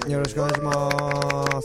よろしくお願いします。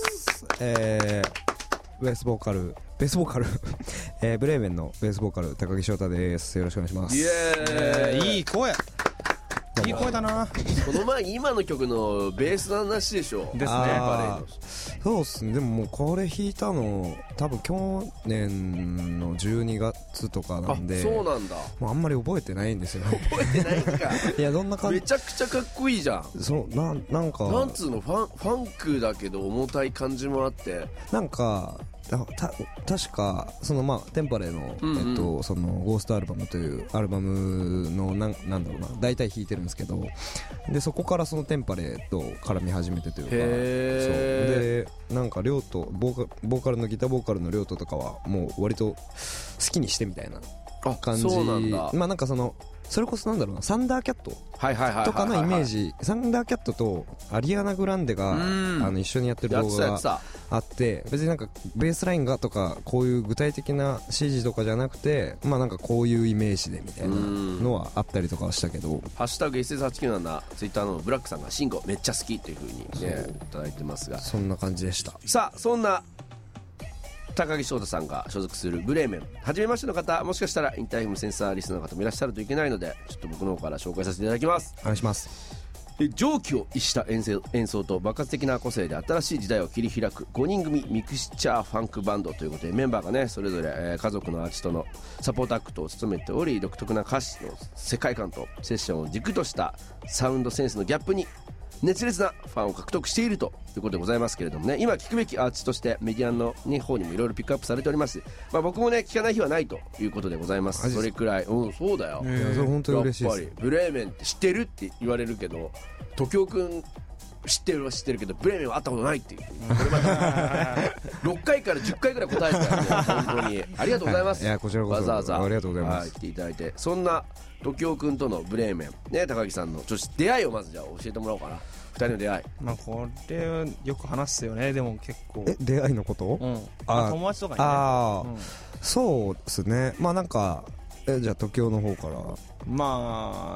ベースボーカルブレーメンのベースボーカル高木翔太です。よろしくお願いします。 イエーイ。 いい声だな。 この前今の曲のベースの話でしょ。 ですね。 そうっすね。でももうこれ弾いたの多分去年の12月とかなんで。 そうなんだ。 もうあんまり覚えてないんですよね。 覚えてないんか。 いや、どんな感じ。 めちゃくちゃかっこいいじゃん。 そうなんかなんつうの、ファンクだけど重たい感じもあって、 なんか確かそのテンパレーの、そのゴーストアルバムというアルバムのなんだろうな、大体弾いてるんですけど、でそこからそのテンパレーと絡み始めてというか、そうでなんか亮とボーカルのギターボーカルの亮とかはもう割と好きにしてみたいな感じ。 そうなんだ。 なんかそれこそなんだろうな、サンダーキャットとかのイメージ。サンダーキャットとアリアナ・グランデが一緒にやってる動画があって、別になんかベースラインがとかこういう具体的な指示とかじゃなくて、なんかこういうイメージでみたいなのはあったりとかはしたけど、 ハッシュタグ SS897 ツイッターのブラックさんがシンゴめっちゃ好きという風にねいただいてますが、 そんな感じでした。 さあ、そんな高木翔太さんが所属するブレーメン、初めましての方、もしかしたらインターフムセンサーリスナーの方もいらっしゃるといけないので、ちょっと僕の方から紹介させていただきます。 お願いします。 蒸気を逸した演奏と爆発的な個性で新しい時代を切り開く5人組ミクスチャーファンクバンドということで、メンバーがねそれぞれ家族のアーティストのサポートアクトを務めており、独特な歌詞の世界観とセッションを軸としたサウンドセンスのギャップに熱烈なファンを獲得しているということでございますけれどもね、今聴くべきアーティストとしてメディアの、方にもいろいろピックアップされております。僕もね聴かない日はないということでございます。それくらい、そうだよ。 いや、それ本当に嬉しいです。 やっぱりブレーメンって知ってるって言われるけど、時生くん知ってるは知ってるけどブレーメンは会ったことないっていう、これまた6回から10回ぐらい答えてたんで本当にありがとうございます。 いや、こちらこそわざわざありがとうございます。 来ていただいて、そんな時生くんとのブレーメンね、高木さんのちょっと出会いをまずじゃあ教えてもらおうかな。2人の出会い、 これよく話すよね。でも結構出会いのこと、 友達とかにね。 そうですね。なんかじゃあ時生の方から。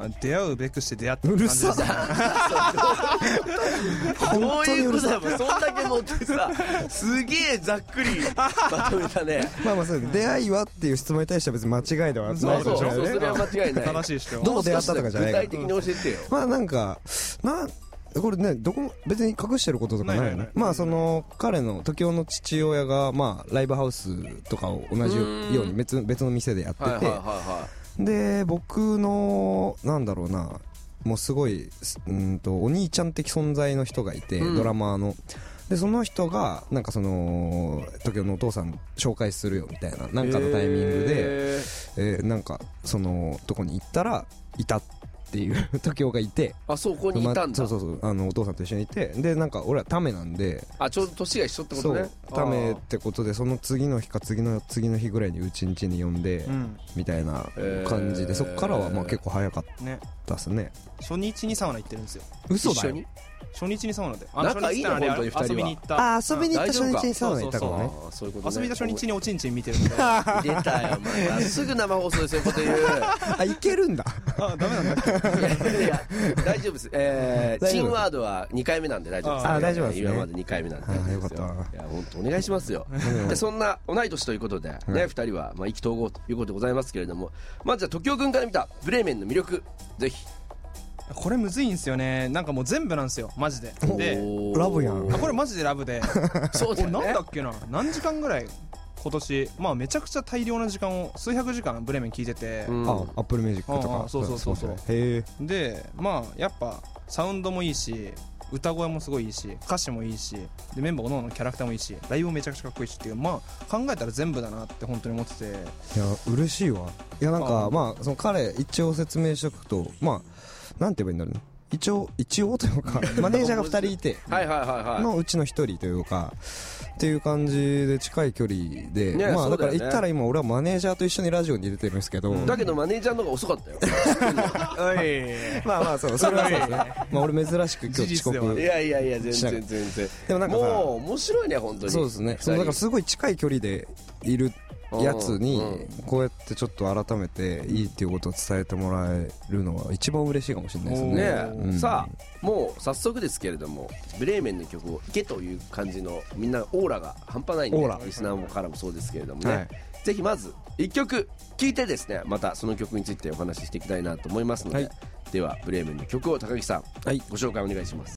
出会うべくして出会った感じですね。 そういうことだよ。そんだけ持ってさ、すげえざっくりまとめたね。 そう出会いはっていう質問に対しては別に間違いではない。 そう、それは間違いない。 正しい人。 どう出会ったとかじゃない。 具体的に教えてよ。 なんかこれね、どこも別に隠してることとかないよね。その彼の時生の父親がライブハウスとかを同じように別の店でやってて、で僕のなんだろうな、もうすごいお兄ちゃん的存在の人がいて、ドラマーの。でその人がなんかその時生のお父さん紹介するよみたいななんかのタイミングで、なんかそのとこに行ったらいたっていう時生がいて、 そこにいたんだ。 そうお父さんと一緒にいて、でなんか俺はタメなんで、 ちょうど年が一緒ってことね。 そうタメってことで、その次の日か次の日ぐらいにうちんちに呼んで、みたいな感じで、そっからは結構早かったっすね。 初日にサウナ行ってるんですよ。 嘘だよ。 初日にサウナで仲いいの本当に2人は。 遊びに行った。 遊びに行った初日にサウナ行ったかもね。 そういうことね。 遊びに行った初日におちんちん見てるんで。出たよ、すぐ生放送でそういうこと言う。 いけるんだ。 ダメなんだ。 いや大丈夫です。チンワードは2回目なんで大丈夫です。 大丈夫ですね。 今まで2回目なんで。 よかった。いや本当お願いしますよ。でそんな同い年ということでね、2人は意気投合ということでございますけれども、まずは時生くんから見たブレーメンの魅力、ぜひ。 これむずいんですよね。なんかもう全部なんですよマジで。でラブやん。 これマジでラブで。 そうだよね。 なんだっけな、何時間ぐらい今年めちゃくちゃ大量な時間を数百時間ブレーメン聴いてて、 アップルミュージックとか。 そうへえ。 でやっぱサウンドもいいし、歌声もすごいいいし、歌詞もいいし、でメンバー各々のキャラクターもいいし、ライブもめちゃくちゃかっこいいしっていう、考えたら全部だなって本当に思ってて。 いや嬉しいわ。いやなんかその彼一応説明しておくと、なんて言えばいいんだろうね。一応というかマネージャーが2人いてのうちの1人というかっていう感じで近い距離で、だから言ったら今俺はマネージャーと一緒にラジオに出てるんですけど、 だけどマネージャーの方が遅かったよ。 そうそれはそうですね。俺珍しく今日遅刻。 いや全然。 でもなんかもう面白いね本当に。 そうですね。だからすごい近い距離でいるやつにこうやってちょっと改めていいっていうことを伝えてもらえるのは一番嬉しいかもしれないですね。 さあもう早速ですけれどもブレーメンの曲をいけという感じのみんなオーラが半端ないんでリスナーからもそうですけれどもね、ぜひまず1曲聴いてですねまたその曲についてお話ししていきたいなと思いますので、ではブレーメンの曲を高木さん、ご紹介お願いします。